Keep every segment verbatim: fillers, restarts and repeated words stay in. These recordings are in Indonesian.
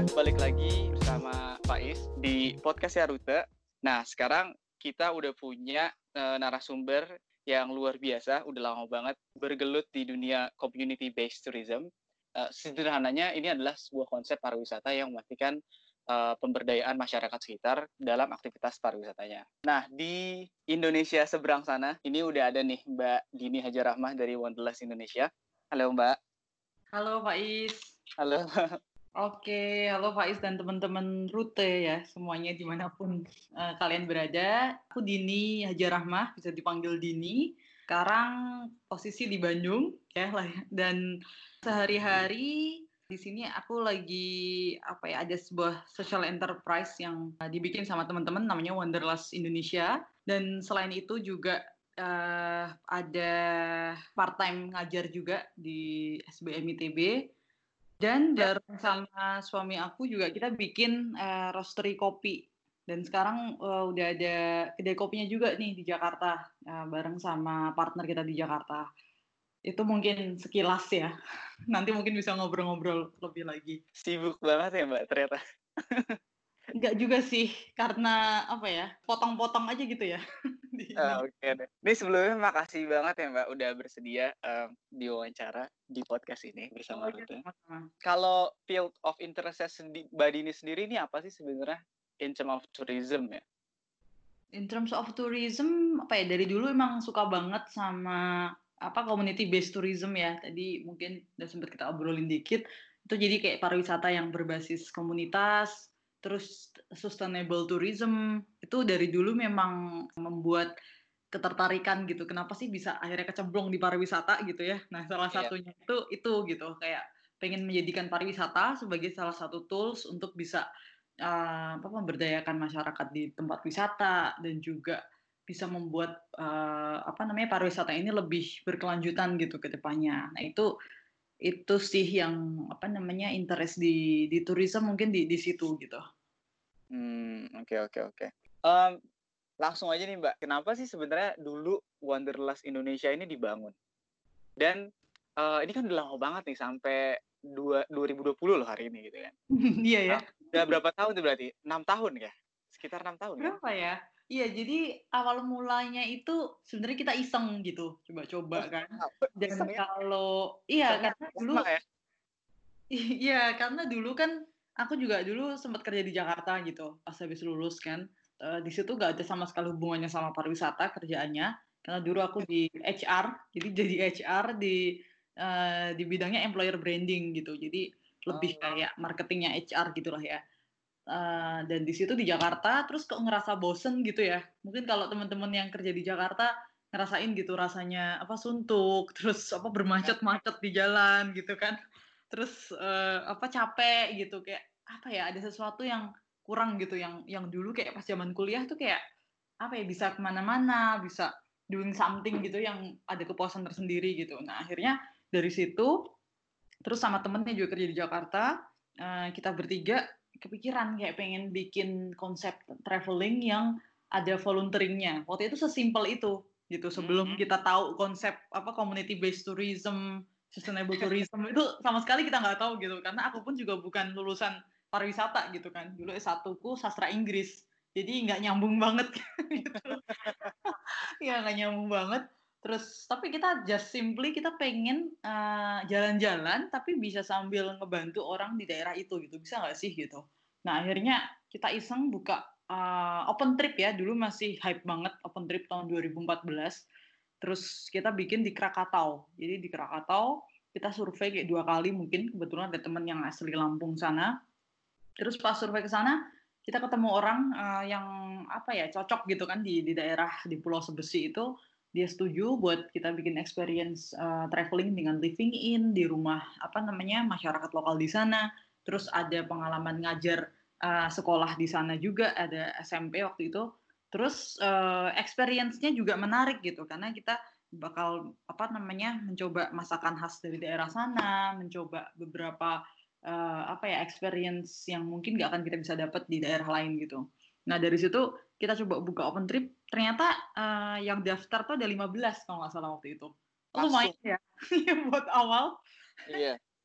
balik lagi bersama Faiz di podcast ya Rute. Nah, sekarang kita udah punya uh, narasumber yang luar biasa, udah lama banget bergelut di dunia community-based tourism. Uh, sederhananya, ini adalah sebuah konsep pariwisata yang memastikan uh, pemberdayaan masyarakat sekitar dalam aktivitas pariwisatanya. Nah, di Indonesia seberang sana, ini udah ada nih Mbak Dini Hajarahmah dari Wanderlust Indonesia. Halo Mbak. Halo Faiz. Halo. Oke, halo Faiz dan teman-teman Rute ya, semuanya dimanapun uh, kalian berada. Aku Dini Hajarahmah, bisa dipanggil Dini. Sekarang posisi di Bandung ya, dan sehari-hari di sini aku lagi apa ya, ada sebuah social enterprise yang uh, dibikin sama teman-teman namanya Wanderlust Indonesia. Dan selain itu juga uh, ada part-time ngajar juga di S B M I T B. Dan bareng sama suami aku juga kita bikin uh, roastery kopi. Dan sekarang uh, udah ada kedai kopinya juga nih di Jakarta, uh, bareng sama partner kita di Jakarta. Itu mungkin sekilas ya. Nanti mungkin bisa ngobrol-ngobrol lebih lagi. Sibuk banget ya Mbak ternyata. Enggak juga sih, karena apa ya, potong-potong aja gitu ya. Uh, Oke okay deh. Ini sebelumnya makasih banget ya Mbak udah bersedia um, diwawancara di podcast ini bersama oh, Rute. Ya, Kalau field of interest sendi- Mbak Dini sendiri ini apa sih sebenarnya in terms of tourism ya? In terms of tourism, apa ya, dari dulu emang suka banget sama apa community based tourism ya. Tadi mungkin udah sempat kita obrolin dikit. Itu jadi kayak pariwisata yang berbasis komunitas, terus sustainable tourism. Itu dari dulu memang membuat ketertarikan gitu. Kenapa sih bisa akhirnya kecemplung di pariwisata gitu ya. Nah, salah yeah. satunya itu itu gitu, kayak pengen menjadikan pariwisata sebagai salah satu tools untuk bisa uh, apa memberdayakan masyarakat di tempat wisata dan juga bisa membuat uh, apa namanya pariwisata ini lebih berkelanjutan gitu ke depannya. Nah, itu itu sih yang apa namanya interest di di tourism mungkin di di situ gitu. Hmm, oke oke oke. Um, langsung aja nih Mbak, kenapa sih sebenarnya dulu Wanderlust Indonesia ini dibangun? Dan uh, ini kan udah lama banget nih, sampai dua ribu dua puluh loh hari ini gitu kan. Iya ya. Udah berapa tahun tuh berarti? enam tahun ya? Sekitar enam tahun Berapa kan? ya? Iya, jadi awal mulanya itu sebenarnya kita iseng gitu, coba-coba Oh, kan. Dan iseng ya? kalau iya Isengnya karena dulu ya? iya karena dulu kan aku juga dulu sempat kerja di Jakarta gitu pas habis lulus kan. Uh, di situ gak ada sama sekali hubungannya sama pariwisata kerjaannya. Karena dulu aku di H R, jadi jadi H R di uh, di bidangnya employer branding gitu. Jadi lebih Oh. kayak marketingnya H R gitulah ya. Uh, dan di situ di Jakarta terus kok ngerasa bosen gitu ya. Mungkin kalau teman-teman yang kerja di Jakarta ngerasain gitu rasanya apa suntuk, terus apa bermacet-macet di jalan gitu kan. Terus uh, apa capek gitu, kayak apa ya, ada sesuatu yang kurang gitu, yang yang dulu kayak pas zaman kuliah tuh kayak apa ya, bisa kemana-mana, bisa doing something gitu yang ada kepuasan tersendiri gitu. Nah akhirnya dari situ terus sama temennya juga kerja di Jakarta, uh, kita bertiga kepikiran kayak pengen bikin konsep traveling yang ada volunteeringnya. Waktu itu sesimpel itu gitu, sebelum mm-hmm. kita tahu konsep apa community based tourism, sustainable tourism itu sama sekali kita nggak tahu gitu, karena aku pun juga bukan lulusan pariwisata gitu kan, dulu S satu ku sastra Inggris, jadi nggak nyambung banget gitu. Ya nggak nyambung banget. Terus tapi kita just simply kita pengen uh, jalan-jalan tapi bisa sambil ngebantu orang di daerah itu gitu, bisa nggak sih gitu. Nah akhirnya kita iseng buka uh, open trip ya, dulu masih hype banget open trip tahun dua ribu empat belas. Terus kita bikin di Krakatau. Jadi di Krakatau kita survei kayak dua kali, mungkin kebetulan ada teman yang asli Lampung sana. Terus pas survei ke sana kita ketemu orang uh, yang apa ya cocok gitu kan di di daerah di Pulau Sebesi itu. Dia setuju buat kita bikin experience uh, traveling dengan living in di rumah apa namanya masyarakat lokal di sana. Terus ada pengalaman ngajar uh, sekolah di sana juga, ada S M P waktu itu. Terus uh, experience-nya juga menarik gitu karena kita bakal apa namanya mencoba masakan khas dari daerah sana, mencoba beberapa uh, apa ya experience yang mungkin nggak akan kita bisa dapat di daerah lain gitu. Nah dari situ kita coba buka open trip, ternyata uh, yang daftar tuh ada lima belas kalau nggak salah waktu itu. Lumayan ya buat awal. Iya.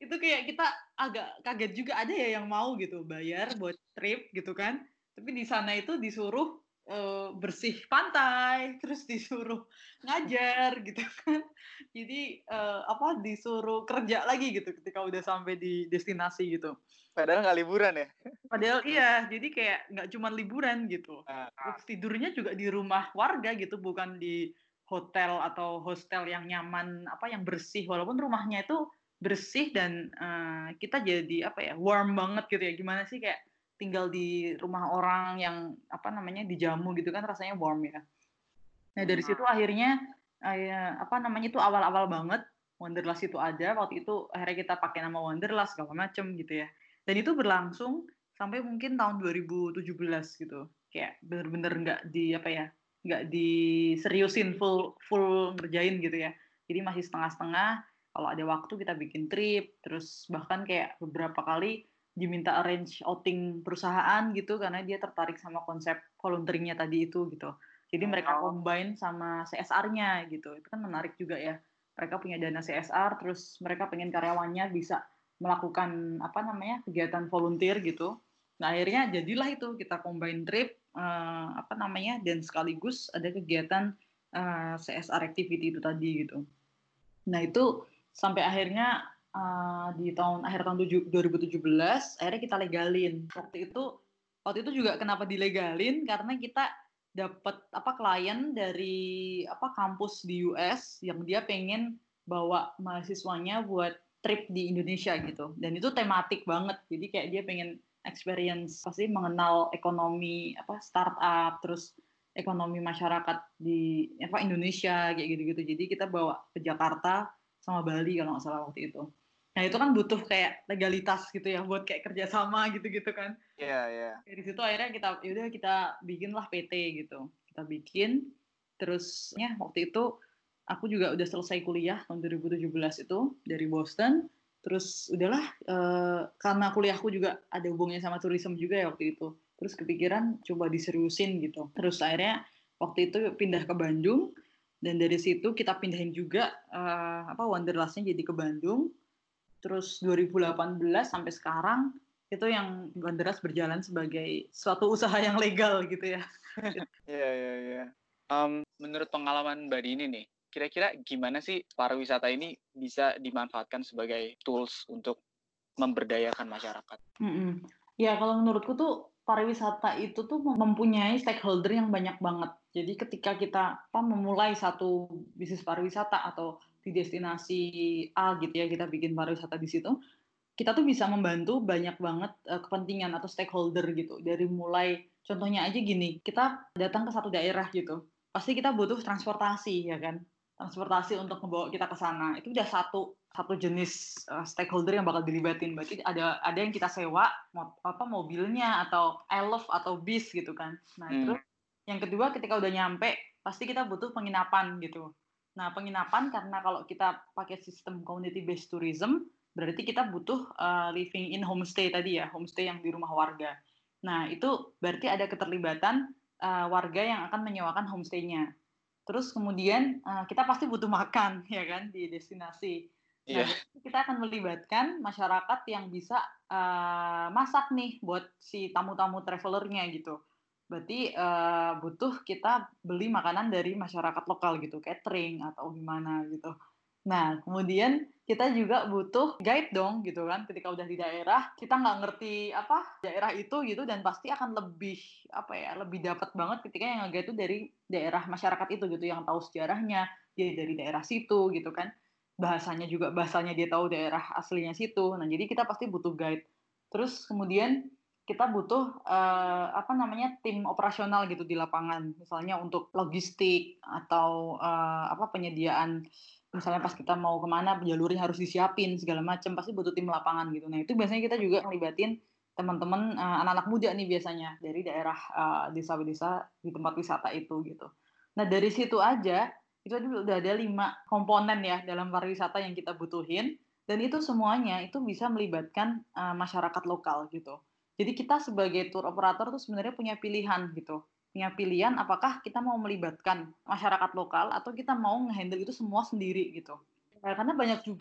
itu kayak kita agak kaget juga, ada ya yang mau gitu bayar buat trip gitu kan, tapi di sana itu disuruh uh, bersih pantai, terus disuruh ngajar gitu kan, jadi uh, apa disuruh kerja lagi gitu ketika udah sampai di destinasi gitu. Padahal nggak liburan ya? Padahal iya, jadi kayak nggak cuma liburan gitu. Terus tidurnya juga di rumah warga gitu, bukan di hotel atau hostel yang nyaman, apa yang bersih. Walaupun rumahnya itu bersih dan uh, kita jadi apa ya, warm banget gitu ya. Gimana sih kayak tinggal di rumah orang yang apa namanya dijamu gitu kan, rasanya warm ya. Nah dari situ akhirnya uh, apa namanya itu awal-awal banget Wanderlust itu ada. Waktu itu akhirnya kita pakai nama Wanderlust segala macem gitu ya. Dan itu berlangsung sampai mungkin tahun dua ribu tujuh belas gitu, kayak bener-bener nggak di apa ya, nggak diseriusin full full ngerjain gitu ya, jadi masih setengah-setengah. Kalau ada waktu kita bikin trip, terus bahkan kayak beberapa kali diminta arrange outing perusahaan gitu karena dia tertarik sama konsep volunteeringnya tadi itu gitu, jadi mereka combine sama C S R-nya gitu. Itu kan menarik juga ya, mereka punya dana C S R, terus mereka pengen karyawannya bisa melakukan apa namanya kegiatan volunteer gitu. Nah akhirnya jadilah itu kita combine trip uh, apa namanya dan sekaligus ada kegiatan uh, C S R activity itu tadi gitu. Nah itu sampai akhirnya uh, di tahun akhir tahun dua ribu tujuh belas akhirnya kita legalin. Waktu itu waktu itu juga kenapa dilegalin karena kita dapat apa klien dari apa kampus di U S yang dia pengen bawa mahasiswanya buat trip di Indonesia gitu, dan itu tematik banget, jadi kayak dia pengen experience pasti mengenal ekonomi apa startup, terus ekonomi masyarakat di apa Indonesia kayak gitu-gitu. Jadi kita bawa ke Jakarta sama Bali kalau nggak salah waktu itu. Nah itu kan butuh kayak legalitas gitu ya buat kayak kerjasama gitu-gitu kan. Iya yeah, iya. Yeah. Dari situ akhirnya kita yaudah kita bikinlah P T gitu. Kita bikin, terus ya waktu itu aku juga udah selesai kuliah tahun dua ribu tujuh belas itu dari Boston. Terus udahlah eh, karena kuliahku juga ada hubungannya sama tourism juga ya waktu itu. Terus kepikiran coba diseriusin gitu. Terus akhirnya waktu itu pindah ke Bandung, dan dari situ kita pindahin juga uh, apa Wanderlust-nya jadi ke Bandung. Terus dua ribu delapan belas sampai sekarang itu yang Wanderlust berjalan sebagai suatu usaha yang legal gitu ya. Iya iya iya. Um, menurut pengalaman Mbak Dini nih, kira-kira gimana sih pariwisata ini bisa dimanfaatkan sebagai tools untuk memberdayakan masyarakat? Mm-mm. Ya kalau menurutku tuh pariwisata itu tuh mempunyai stakeholder yang banyak banget. Jadi ketika kita apa, memulai satu bisnis pariwisata atau di destinasi A gitu ya, kita bikin pariwisata di situ, kita tuh bisa membantu banyak banget uh, kepentingan atau stakeholder gitu. Dari mulai contohnya aja gini, kita datang ke satu daerah gitu, pasti kita butuh transportasi ya kan, transportasi untuk membawa kita ke sana. Itu udah satu satu jenis uh, stakeholder yang bakal dilibatin. Berarti ada ada yang kita sewa mo- apa mobilnya atau elf atau bis gitu kan. Nah hmm. Terus yang kedua ketika udah nyampe pasti kita butuh penginapan gitu. Nah penginapan karena kalau kita pakai sistem community based tourism berarti kita butuh uh, living in homestay tadi ya, homestay yang di rumah warga. Nah itu berarti ada keterlibatan uh, warga yang akan menyewakan homestay-nya. Terus kemudian uh, kita pasti butuh makan ya kan di destinasi. Nah, yeah. Kita akan melibatkan masyarakat yang bisa uh, masak nih buat si tamu-tamu travelernya gitu. Berarti uh, butuh kita beli makanan dari masyarakat lokal gitu, catering atau gimana gitu. Nah, kemudian kita juga butuh guide dong gitu kan. Ketika udah di daerah, kita nggak ngerti apa daerah itu gitu, dan pasti akan lebih apa ya, lebih dapat banget ketika yang nge-guide itu dari daerah masyarakat itu gitu, yang tahu sejarahnya, dia dari daerah situ gitu kan. Bahasanya juga bahasanya dia tahu daerah aslinya situ. Nah, jadi kita pasti butuh guide. Terus kemudian kita butuh uh, apa namanya tim operasional gitu di lapangan, misalnya untuk logistik atau uh, apa penyediaan, misalnya pas kita mau kemana jalurnya harus disiapin segala macam, pasti butuh tim lapangan gitu. Nah itu biasanya kita juga ngelibatin teman-teman uh, anak-anak muda nih biasanya dari daerah uh, desa-desa di tempat wisata itu gitu. Nah dari situ aja itu udah ada lima komponen ya dalam pariwisata yang kita butuhin, dan itu semuanya itu bisa melibatkan uh, masyarakat lokal gitu. Jadi kita sebagai tour operator tuh sebenarnya punya pilihan gitu. Punya pilihan apakah kita mau melibatkan masyarakat lokal atau kita mau nge-handle itu semua sendiri gitu. Karena banyak juga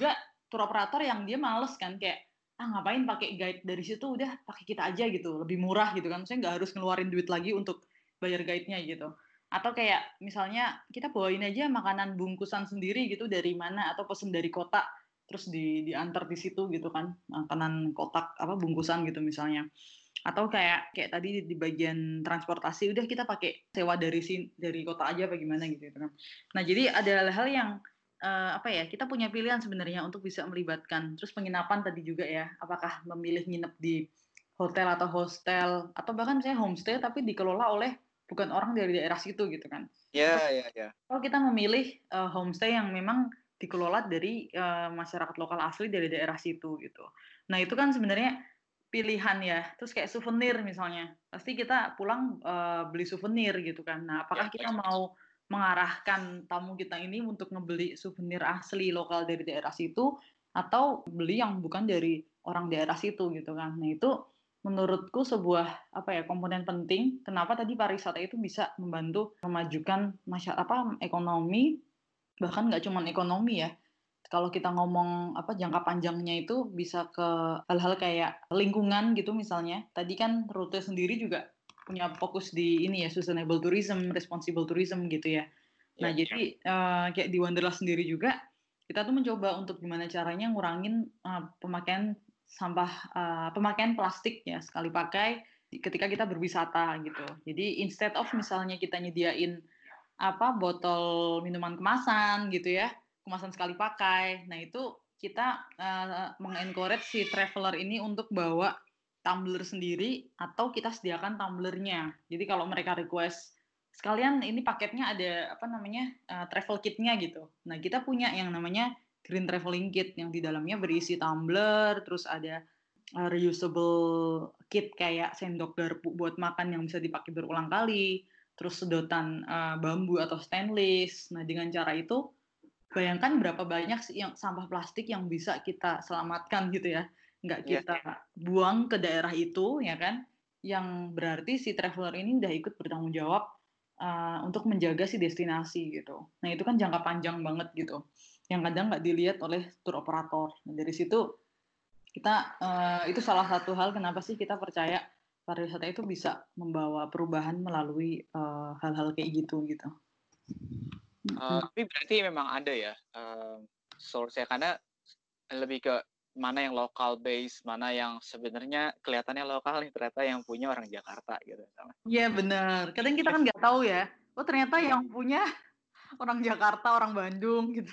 tour operator yang dia males kan, kayak ah ngapain pakai guide dari situ, udah pakai kita aja gitu, lebih murah gitu kan, saya nggak harus ngeluarin duit lagi untuk bayar guide-nya gitu. Atau kayak misalnya kita bawain aja makanan bungkusan sendiri gitu dari mana, atau pesen dari kota terus di diantar di situ gitu kan, makanan kotak apa bungkusan gitu misalnya. Atau kayak kayak tadi di bagian transportasi udah kita pakai sewa dari sini dari kota aja apa gimana gitu kan. Nah, jadi ada hal-hal yang uh, apa ya, kita punya pilihan sebenarnya untuk bisa melibatkan. Terus penginapan tadi juga ya, apakah memilih nginep di hotel atau hostel atau bahkan misalnya homestay tapi dikelola oleh bukan orang dari daerah situ gitu kan. Ya, ya, ya. Kalau kita memilih uh, homestay yang memang dikelola dari uh, masyarakat lokal asli dari daerah situ gitu. Nah, itu kan sebenarnya pilihan ya. Terus kayak souvenir misalnya. Pasti kita pulang uh, beli souvenir gitu kan. Nah, apakah Ya, kita mau mengarahkan tamu kita ini untuk ngebeli souvenir asli lokal dari daerah situ atau beli yang bukan dari orang daerah situ gitu kan. Nah, itu menurutku sebuah apa ya komponen penting kenapa tadi pariwisata itu bisa membantu memajukan masyarakat apa ekonomi, bahkan nggak cuma ekonomi ya. Kalau kita ngomong apa jangka panjangnya itu bisa ke hal-hal kayak lingkungan gitu misalnya. Tadi kan Rute sendiri juga punya fokus di ini ya sustainable tourism, responsible tourism gitu ya. Nah, ya. jadi uh, kayak di Wanderlust sendiri juga kita tuh mencoba untuk gimana caranya ngurangin uh, pemakaian sampah uh, pemakaian plastik ya sekali pakai ketika kita berwisata gitu. Jadi instead of misalnya kita nyediain apa botol minuman kemasan gitu ya, kemasan sekali pakai. Nah, itu kita uh, mengencourage si traveler ini untuk bawa tumbler sendiri atau kita sediakan tumblernya. Jadi kalau mereka request sekalian ini paketnya ada apa namanya uh, travel kitnya gitu. Nah, kita punya yang namanya Green Traveling Kit yang di dalamnya berisi tumbler, terus ada uh, reusable kit kayak sendok garpu buat makan yang bisa dipakai berulang kali, terus sedotan uh, bambu atau stainless. Nah, dengan cara itu bayangkan berapa banyak sih yang sampah plastik yang bisa kita selamatkan gitu ya. Nggak kita ya. buang ke daerah itu ya kan. Yang berarti si traveler ini udah ikut bertanggung jawab uh, untuk menjaga si destinasi gitu. Nah, itu kan jangka panjang banget gitu. Yang kadang nggak dilihat oleh tour operator. Nah, dari situ kita uh, itu salah satu hal kenapa sih kita percaya pariwisata itu bisa membawa perubahan melalui uh, hal-hal kayak gitu gitu. Uh, tapi berarti memang ada ya uh, source-nya karena lebih ke mana yang lokal base, mana yang sebenarnya kelihatannya lokal nih ternyata yang punya orang Jakarta gitu. Iya benar. Kadang kita kan nggak tahu ya. Oh ternyata yang punya orang Jakarta, orang Bandung gitu.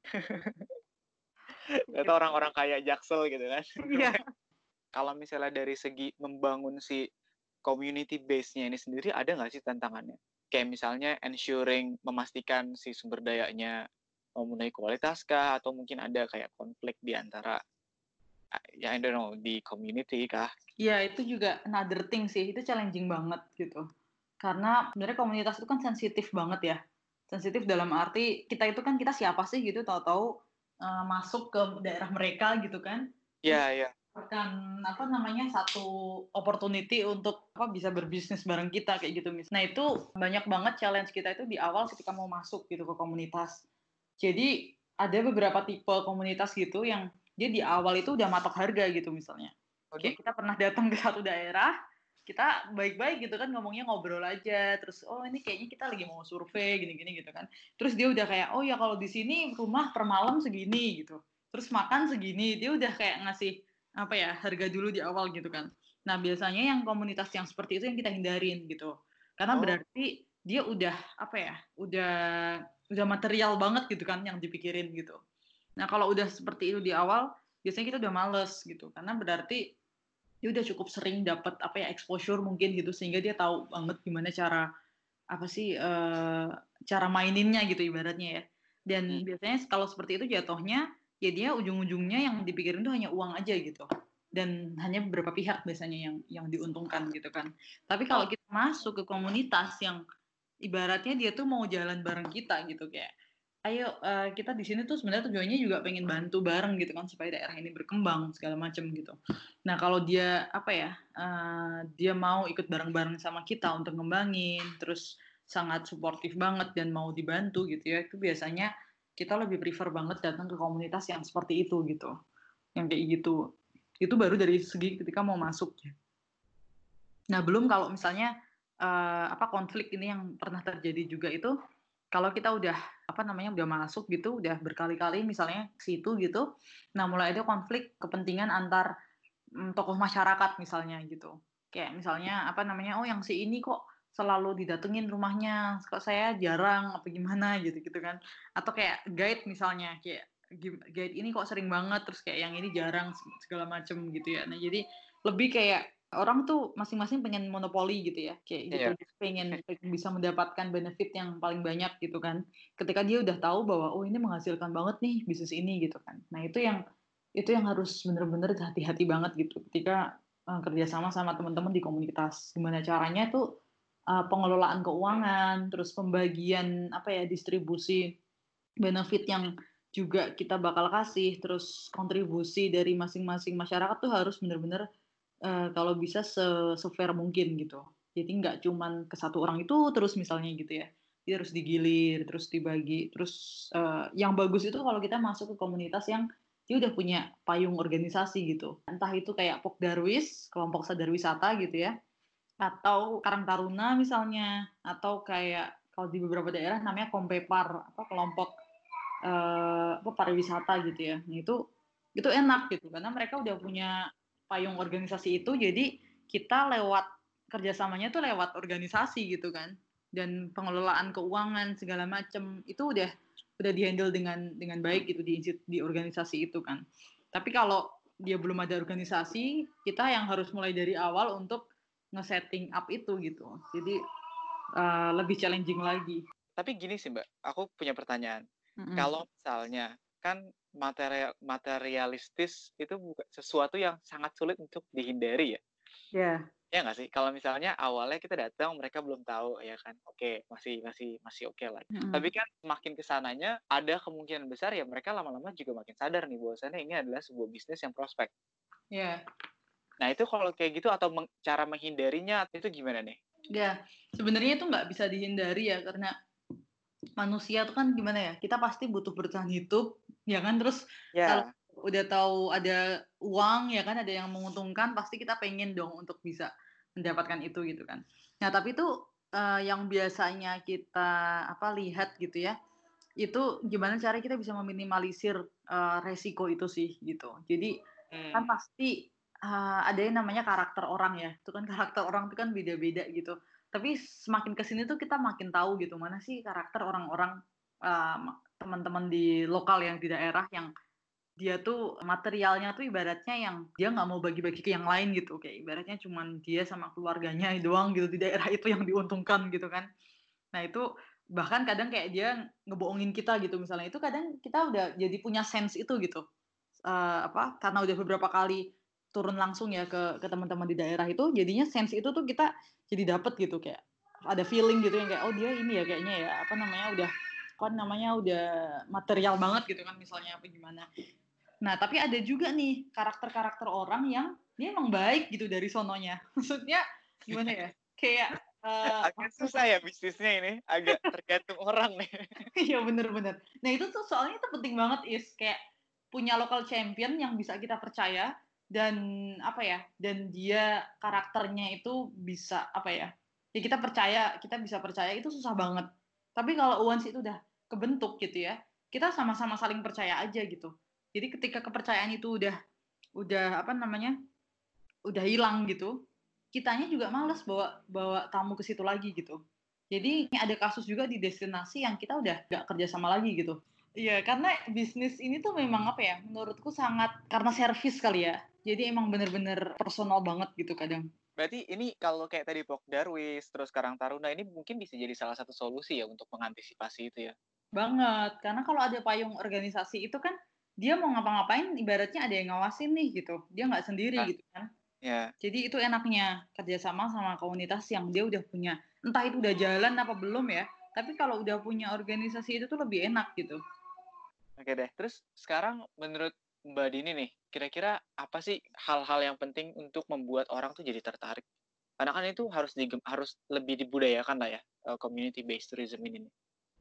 Ternyata orang-orang kayak Jaksel gitu kan. Iya. Kalau misalnya dari segi membangun si community base-nya ini sendiri ada nggak sih tantangannya? Kayak misalnya ensuring memastikan si sumber dayanya memenuhi kualitas kah? Atau mungkin ada kayak konflik di antara ya I don't know, di community kah? Iya itu juga another thing sih, itu challenging banget gitu. Karena sebenarnya komunitas itu kan sensitif banget ya. Sensitif dalam arti kita itu kan kita siapa sih gitu, tahu-tahu uh, masuk ke daerah mereka gitu kan. Iya, iya. Akan apa namanya satu opportunity untuk apa bisa berbisnis bareng kita kayak gitu mis. Nah itu banyak banget challenge kita itu di awal ketika mau masuk gitu ke komunitas. Jadi ada beberapa tipe komunitas gitu yang dia di awal itu udah matok harga gitu misalnya. Kayak kita pernah datang ke satu daerah, kita baik-baik gitu kan ngomongnya ngobrol aja, terus oh ini kayaknya kita lagi mau survei gini-gini gitu kan. Terus dia udah kayak oh ya kalau di sini rumah per malam segini gitu. Terus makan segini, dia udah kayak ngasih apa ya harga dulu di awal gitu kan. Nah biasanya yang komunitas yang seperti itu yang kita hindarin gitu, karena oh. berarti dia udah apa ya, udah udah material banget gitu kan yang dipikirin gitu. Nah kalau udah seperti itu di awal, biasanya kita udah males gitu, karena berarti dia udah cukup sering dapat apa ya exposure mungkin gitu sehingga dia tahu banget gimana cara apa sih uh, cara maininnya gitu ibaratnya ya. Dan hmm. biasanya kalau seperti itu jatuhnya ya dia ujung-ujungnya yang dipikirin tuh hanya uang aja gitu. Dan hanya beberapa pihak biasanya yang yang diuntungkan gitu kan. Tapi kalau kita masuk ke komunitas yang ibaratnya dia tuh mau jalan bareng kita gitu kayak ayo uh, kita di sini tuh sebenarnya tujuannya juga pengen bantu bareng gitu kan supaya daerah ini berkembang segala macam gitu. Nah kalau dia apa ya uh, dia mau ikut bareng-bareng sama kita untuk ngembangin, terus sangat suportif banget dan mau dibantu gitu ya, itu biasanya kita lebih prefer banget datang ke komunitas yang seperti itu gitu, yang kayak gitu. Itu baru dari segi ketika mau masuk ya. Nah, belum kalau misalnya uh, apa konflik ini yang pernah terjadi juga itu, kalau kita udah apa namanya udah masuk gitu, udah berkali-kali misalnya ke situ gitu, nah mulai ada konflik kepentingan antar mm, tokoh masyarakat misalnya gitu. Kayak misalnya apa namanya, oh yang si ini kok selalu didatengin rumahnya, kok saya jarang apa gimana gitu gitu kan. Atau kayak guide misalnya, kayak guide ini kok sering banget, terus kayak yang ini jarang segala macem gitu ya. Nah jadi lebih kayak orang tuh masing-masing pengen monopoli gitu ya, kayak gitu. Iya. Pengen, pengen bisa mendapatkan benefit yang paling banyak gitu kan. Ketika dia udah tahu bahwa oh ini menghasilkan banget nih bisnis ini gitu kan. Nah itu yang itu yang harus bener-bener hati-hati banget gitu ketika uh, kerjasama sama teman-teman di komunitas. Gimana caranya tuh uh, pengelolaan keuangan, terus pembagian apa ya distribusi benefit yang juga kita bakal kasih, terus kontribusi dari masing-masing masyarakat tuh harus bener-bener uh, kalau bisa se-fair mungkin gitu. Jadi nggak cuman ke satu orang itu terus misalnya gitu ya. Dia harus digilir, terus dibagi. Terus uh, yang bagus itu kalau kita masuk ke komunitas yang dia udah punya payung organisasi gitu. Entah itu kayak Pok Darwis, kelompok sadar wisata gitu ya, atau Karang Taruna misalnya, atau kayak kalau di beberapa daerah namanya Kompepar, apa kelompok eh, apa pariwisata gitu ya. Nah, itu itu enak gitu karena mereka udah punya payung organisasi itu, jadi kita lewat kerjasamanya tuh lewat organisasi gitu kan, dan pengelolaan keuangan segala macam itu udah udah dihandle dengan dengan baik gitu di di organisasi itu kan. Tapi kalau dia belum ada organisasi, kita yang harus mulai dari awal untuk nge-setting up itu gitu. Jadi uh, lebih challenging lagi. Tapi gini sih Mbak, aku punya pertanyaan. Mm-mm. Kalau misalnya kan material materialistis itu bukan sesuatu yang sangat sulit untuk dihindari ya. Ya. Yeah. Ya nggak sih? Kalau misalnya awalnya kita datang mereka belum tahu ya kan. Oke, masih masih masih oke lah. Mm-mm. Tapi kan makin kesananya ada kemungkinan besar ya mereka lama-lama juga makin sadar nih bahwasannya ini adalah sebuah bisnis yang prospek. Ya. Yeah. Nah itu kalau kayak gitu atau meng- cara menghindarinya itu gimana nih? Ya, sebenarnya itu nggak bisa dihindari ya karena manusia tuh kan gimana ya, kita pasti butuh bertahan hidup, ya kan? Terus kalau Ya. udah tahu ada uang, ya kan, ada yang menguntungkan, pasti kita pengen dong untuk bisa mendapatkan itu gitu kan. Nah tapi itu uh, yang biasanya kita apa lihat gitu ya, itu gimana cara kita bisa meminimalisir uh, resiko itu sih gitu. Jadi hmm. kan pasti uh, ada yang namanya karakter orang ya, itu kan karakter orang itu kan beda-beda gitu. Tapi semakin kesini tuh kita makin tahu gitu mana sih karakter orang-orang uh, teman-teman di lokal yang di daerah yang dia tuh materialnya tuh ibaratnya yang dia nggak mau bagi-bagi ke yang lain gitu, kayak ibaratnya cuman dia sama keluarganya doang gitu di daerah itu yang diuntungkan gitu kan. Nah itu bahkan kadang kayak dia ngebohongin kita gitu misalnya, itu kadang kita udah jadi punya sense itu gitu. Uh, apa karena udah beberapa kali turun langsung ya ke ke teman-teman di daerah itu, jadinya sense itu tuh kita jadi dapet gitu, kayak ada feeling gitu yang kayak oh dia ini ya kayaknya ya apa namanya udah apa namanya udah material banget gitu kan misalnya apa gimana. Nah tapi ada juga nih karakter-karakter orang yang dia emang baik gitu dari sononya. Maksudnya gimana ya, kayak uh, agak susah ya bisnisnya ini, agak tergantung orang nih. Iya bener-bener. Nah itu tuh soalnya itu penting banget is kayak punya local champion yang bisa kita percaya, dan apa ya, dan dia karakternya itu bisa apa ya, ya kita percaya, kita bisa percaya itu susah banget. Tapi kalau once itu udah kebentuk gitu ya, kita sama-sama saling percaya aja gitu. Jadi ketika kepercayaan itu udah udah apa namanya udah hilang gitu, kitanya juga males bawa bawa tamu ke situ lagi gitu. Jadi ada kasus juga di destinasi yang kita udah gak kerja sama lagi gitu. Iya, karena bisnis ini tuh memang apa ya, menurutku sangat karena servis kali ya. Jadi emang bener-bener personal banget gitu kadang. Berarti ini kalau kayak tadi Pok Darwis, terus Karang Taruna ini mungkin bisa jadi salah satu solusi ya untuk mengantisipasi itu ya? Banget, karena kalau ada payung organisasi itu kan dia mau ngapa-ngapain ibaratnya ada yang ngawasin nih gitu. Dia nggak sendiri Ah, gitu kan. ya. Jadi itu enaknya kerjasama sama komunitas yang dia udah punya, entah itu udah jalan apa belum ya, tapi kalau udah punya organisasi itu tuh lebih enak gitu. Oke deh, terus sekarang menurut Mbak Dini nih, kira-kira apa sih hal-hal yang penting untuk membuat orang tuh jadi tertarik? Karena kan itu harus digem, harus lebih dibudayakan lah ya, community based tourism ini.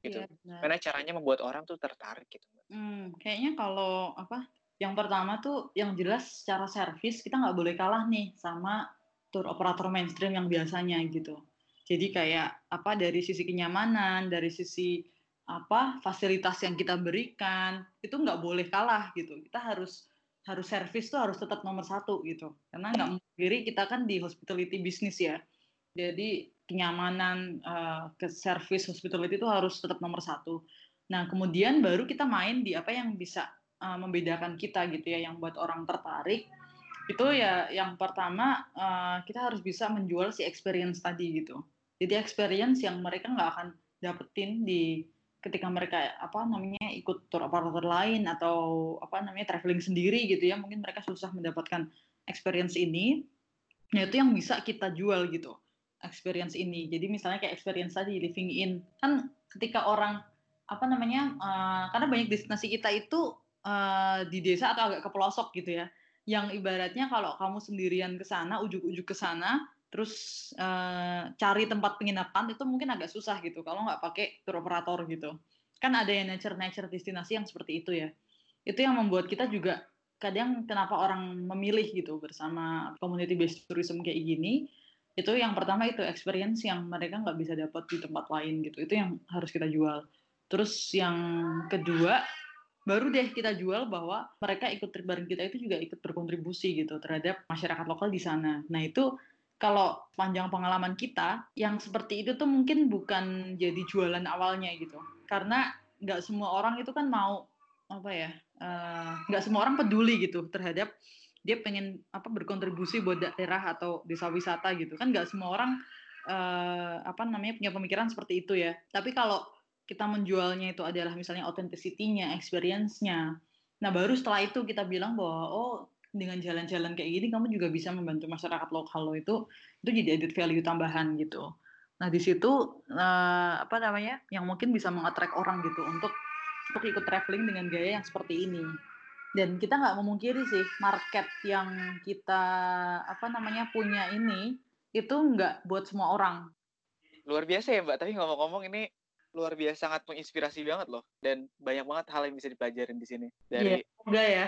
gitu. Iya, benar. Karena caranya membuat orang tuh tertarik gitu. Hmm, kayaknya kalau apa? Yang pertama tuh yang jelas secara servis kita nggak boleh kalah nih sama tour operator mainstream yang biasanya gitu. Jadi kayak apa dari sisi kenyamanan, dari sisi apa fasilitas yang kita berikan itu nggak boleh kalah gitu. Kita harus harus servis tuh harus tetap nomor satu gitu. Karena nggak mungkiri kita kan di hospitality bisnis ya. Jadi kenyamanan uh, ke service hospitality itu harus tetap nomor satu. Nah kemudian baru kita main di apa yang bisa uh, membedakan kita gitu ya, yang buat orang tertarik. Itu ya yang pertama uh, kita harus bisa menjual si experience tadi gitu. Jadi experience yang mereka nggak akan dapetin di ketika mereka apa namanya ikut tour operator lain atau apa namanya traveling sendiri gitu ya, mungkin mereka susah mendapatkan experience ini. Nah itu yang bisa kita jual gitu experience ini. Jadi misalnya kayak experience tadi living in kan ketika orang apa namanya uh, karena banyak destinasi kita itu uh, di desa atau agak ke pelosok gitu ya. Yang ibaratnya kalau kamu sendirian ke sana, ujuk-ujuk ke sana, terus uh, cari tempat penginapan itu mungkin agak susah gitu kalau nggak pakai tour operator gitu. Kan ada yang nature-nature destinasi yang seperti itu ya. Itu yang membuat kita juga kadang kenapa orang memilih gitu bersama community based tourism kayak gini. Itu yang pertama itu experience yang mereka nggak bisa dapat di tempat lain gitu. Itu yang harus kita jual. Terus yang kedua baru deh kita jual bahwa mereka ikut trip bareng kita itu juga ikut berkontribusi gitu terhadap masyarakat lokal di sana. Nah itu kalau panjang pengalaman kita yang seperti itu tuh mungkin bukan jadi jualan awalnya gitu. Karena nggak semua orang itu kan mau apa ya nggak uh, semua orang peduli gitu terhadap dia pengen apa berkontribusi buat daerah atau desa wisata gitu kan nggak semua orang uh, apa namanya punya pemikiran seperti itu ya. Tapi kalau kita menjualnya itu adalah misalnya authenticity-nya, experience-nya. Nah, baru setelah itu kita bilang bahwa oh, dengan jalan-jalan kayak gini kamu juga bisa membantu masyarakat lokal lo itu itu jadi added value tambahan gitu. Nah, di situ uh, apa namanya? Yang mungkin bisa mengattract orang gitu untuk untuk ikut traveling dengan gaya yang seperti ini. Dan kita nggak memungkiri sih market yang kita apa namanya punya ini itu nggak buat semua orang. Luar biasa ya Mbak, tapi ngomong-ngomong ini luar biasa, sangat menginspirasi banget loh, dan banyak banget hal yang bisa dipelajarin di sini dari. Iya, semoga ya.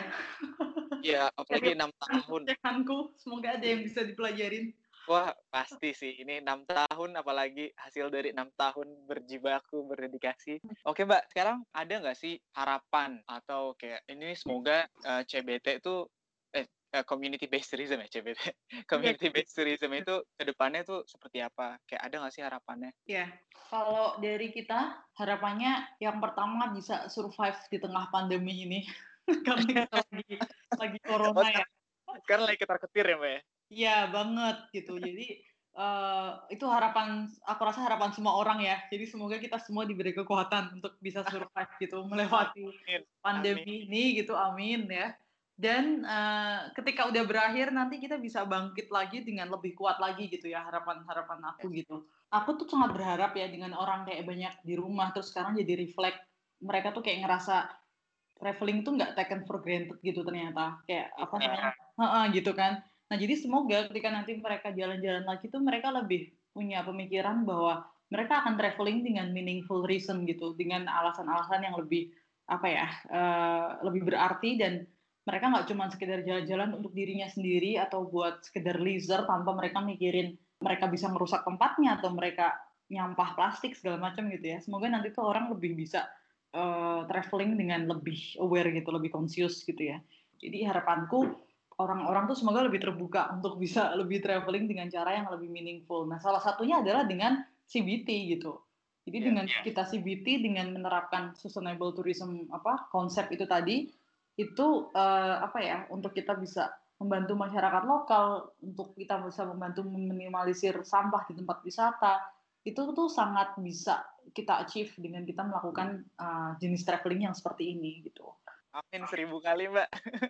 Iya, apalagi enam tahun. Semoga ada yang bisa dipelajarin. Wah, pasti sih. Ini enam tahun, apalagi hasil dari enam tahun berjibaku, berdedikasi. Oke, Mbak. Sekarang ada nggak sih harapan atau kayak ini semoga uh, C B T itu eh community based tourism ya C B T. Community based tourism itu kedepannya tuh seperti apa? Kayak ada nggak sih harapannya? Ya, kalau dari kita harapannya yang pertama bisa survive di tengah pandemi ini. Karena kita lagi lagi corona ya. Karena lagi ketar-ketir ya, Mbak ya? Iya, banget gitu. Jadi uh, itu harapan, aku rasa harapan semua orang ya. Jadi semoga kita semua diberi kekuatan untuk bisa survive gitu, melewati Amin. pandemi Amin. ini gitu, amin ya. Dan uh, ketika udah berakhir nanti kita bisa bangkit lagi dengan lebih kuat lagi gitu ya, harapan-harapan aku gitu. Aku tuh sangat berharap ya dengan orang kayak banyak di rumah terus sekarang jadi reflect, mereka tuh kayak ngerasa traveling tuh nggak taken for granted gitu ternyata. Kayak apa namanya? Heeh, gitu kan. Nah, jadi semoga ketika nanti mereka jalan-jalan lagi tuh mereka lebih punya pemikiran bahwa mereka akan traveling dengan meaningful reason gitu, dengan alasan-alasan yang lebih apa ya, uh, lebih berarti dan mereka nggak cuma sekedar jalan-jalan untuk dirinya sendiri atau buat sekedar leisure tanpa mereka mikirin mereka bisa merusak tempatnya atau mereka nyampah plastik segala macam gitu ya. Semoga nanti tuh orang lebih bisa uh, traveling dengan lebih aware gitu, lebih conscious gitu ya. Jadi harapanku orang-orang tuh semoga lebih terbuka untuk bisa lebih traveling dengan cara yang lebih meaningful. Nah, salah satunya adalah dengan C B T gitu. Jadi yeah, dengan yeah. kita C B T dengan menerapkan sustainable tourism apa konsep itu tadi itu uh, apa ya untuk kita bisa membantu masyarakat lokal, untuk kita bisa membantu meminimalisir sampah di tempat wisata. Itu tuh sangat bisa kita achieve dengan kita melakukan uh, jenis traveling yang seperti ini gitu. Amin seribu kali, Mbak.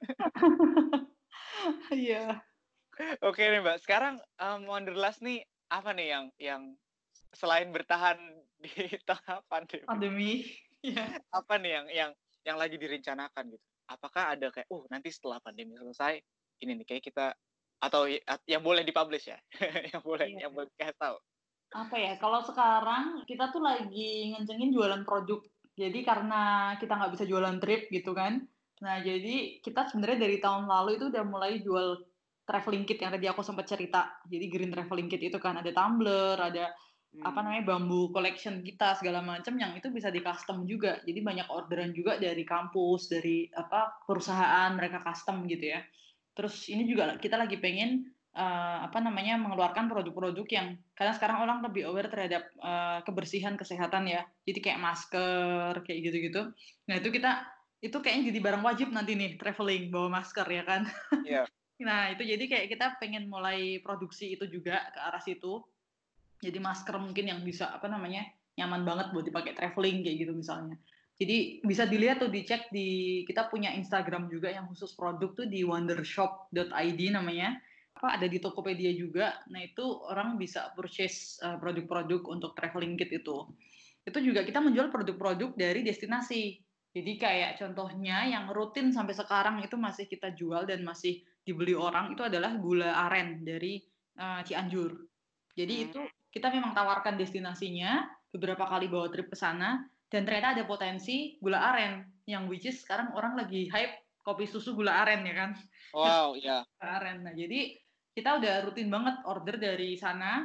Iya. Oke nih Mbak, sekarang um, Wanderlust nih apa nih yang yang selain bertahan di tengah pandemi? Pandemi. Yeah. Apa nih yang yang yang lagi direncanakan gitu? Apakah ada kayak, uh nanti setelah pandemi selesai ini nih kayak kita atau yang boleh dipublish ya, yang boleh yeah. yang boleh kasih tahu? Apa ya, kalau sekarang kita tuh lagi ngencengin jualan produk. Jadi karena kita nggak bisa jualan trip gitu kan. Nah, jadi kita sebenarnya dari tahun lalu itu udah mulai jual traveling kit yang tadi aku sempat cerita. Jadi green traveling kit itu kan ada tumbler, ada apa Hmm. namanya bambu collection kita segala macam yang itu bisa di custom juga. Jadi banyak orderan juga dari kampus, dari apa perusahaan mereka custom gitu ya. Terus ini juga kita lagi pengen uh, apa namanya mengeluarkan produk-produk yang karena sekarang orang lebih aware terhadap uh, kebersihan kesehatan ya. Jadi kayak masker kayak gitu-gitu. Nah, itu kita itu kayaknya jadi barang wajib nanti nih traveling bawa masker ya kan. Iya. Nah, itu jadi kayak kita pengen mulai produksi itu juga ke arah situ. Jadi masker mungkin yang bisa apa namanya nyaman banget buat dipakai traveling kayak gitu misalnya. Jadi bisa dilihat tuh dicek di kita punya Instagram juga yang khusus produk tuh di wondershop dot i d namanya. Apa ada di Tokopedia juga. Nah, itu orang bisa purchase uh, produk-produk untuk traveling kit itu. Itu juga kita menjual produk-produk dari destinasi. Jadi kayak contohnya yang rutin sampai sekarang itu masih kita jual dan masih dibeli orang itu adalah gula aren dari uh, Cianjur. Jadi Hmm. itu kita memang tawarkan destinasinya, beberapa kali bawa trip ke sana, dan ternyata ada potensi gula aren, yang which is sekarang orang lagi hype kopi susu gula aren ya kan. Wow, ya. Gula aren. Nah, jadi kita udah rutin banget order dari sana,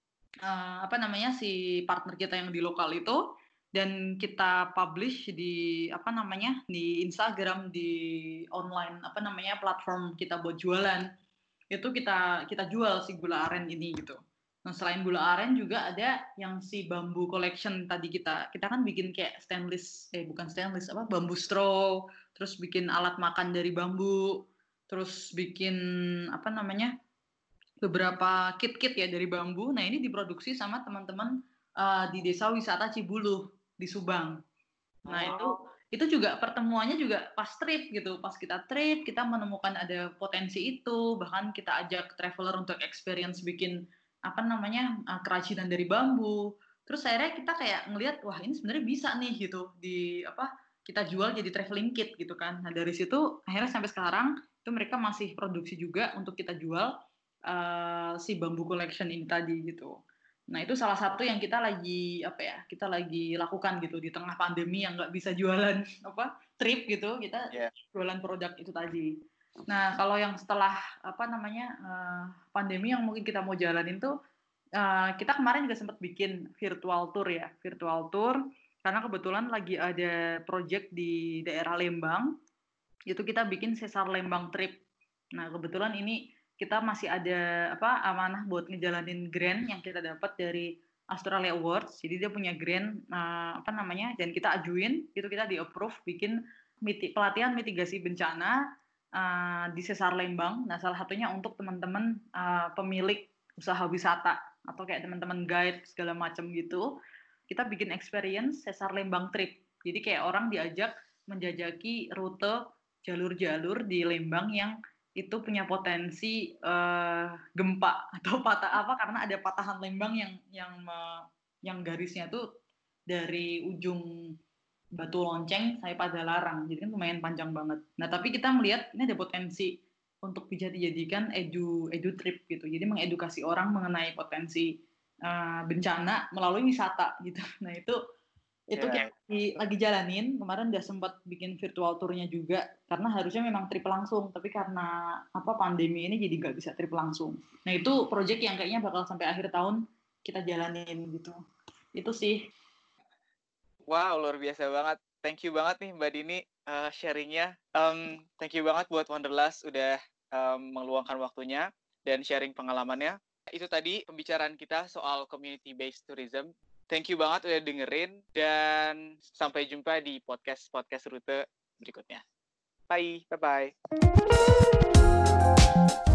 uh, apa namanya si partner kita yang di lokal itu, dan kita publish di apa namanya di Instagram, di online apa namanya platform kita buat jualan. Itu kita kita jual si gula aren ini gitu. Nah, selain gula aren juga ada yang si bambu collection tadi kita. Kita kan bikin kayak stainless, eh bukan stainless, apa bambu straw, terus bikin alat makan dari bambu, terus bikin apa namanya? beberapa kit-kit ya dari bambu. Nah, ini diproduksi sama teman-teman uh, di Desa Wisata Cibuluh di Subang. Nah, Oh. itu itu juga pertemuannya juga pas trip gitu. Pas kita trip, kita menemukan ada potensi itu, bahkan kita ajak traveler untuk experience bikin apa namanya uh, kerajinan dari bambu. Terus akhirnya kita kayak ngelihat wah ini sebenarnya bisa nih gitu di apa kita jual jadi traveling kit gitu kan. Nah, dari situ akhirnya sampai sekarang itu mereka masih produksi juga untuk kita jual uh, si bambu collection ini tadi gitu. Nah, itu salah satu yang kita lagi apa ya kita lagi lakukan gitu di tengah pandemi yang nggak bisa jualan apa trip gitu, kita Yeah. jualan produk itu tadi. Nah, kalau yang setelah apa namanya uh, pandemi yang mungkin kita mau jalanin tuh uh, kita kemarin juga sempat bikin virtual tour ya virtual tour karena kebetulan lagi ada project di daerah Lembang, itu kita bikin Sesar Lembang Trip. Nah, kebetulan ini kita masih ada apa amanah buat ngejalanin grant yang kita dapat dari Australia Awards. Jadi dia punya grant uh, apa namanya dan kita ajuin, itu kita di approve bikin miti, pelatihan mitigasi bencana uh, di Sesar Lembang. Nah, salah satunya untuk teman-teman uh, pemilik usaha wisata atau kayak teman-teman guide segala macam gitu. Kita bikin experience Sesar Lembang Trip. Jadi kayak orang diajak menjajaki rute jalur-jalur di Lembang yang itu punya potensi uh, gempa atau patah apa karena ada patahan Lembang yang yang me, yang garisnya tuh dari ujung Batu Lonceng sampai Padalarang, jadi kan lumayan panjang banget. Nah, tapi kita melihat ini ada potensi untuk bisa dijadikan edu edu trip gitu, jadi mengedukasi orang mengenai potensi uh, bencana melalui wisata gitu. Nah, itu itu Yeah. kita lagi, lagi jalanin. Kemarin udah sempat bikin virtual tournya juga karena harusnya memang trip langsung, tapi karena apa pandemi ini jadi nggak bisa trip langsung. Nah, itu project yang kayaknya bakal sampai akhir tahun kita jalanin gitu. Itu sih. Wow, luar biasa banget. Thank you banget nih Mbak Dini uh, sharingnya. Um, thank you banget buat Wanderlust udah um, meluangkan waktunya dan sharing pengalamannya. Itu tadi pembicaraan kita soal community-based tourism. Thank you banget udah dengerin dan sampai jumpa di podcast-podcast rute berikutnya. Bye, bye-bye.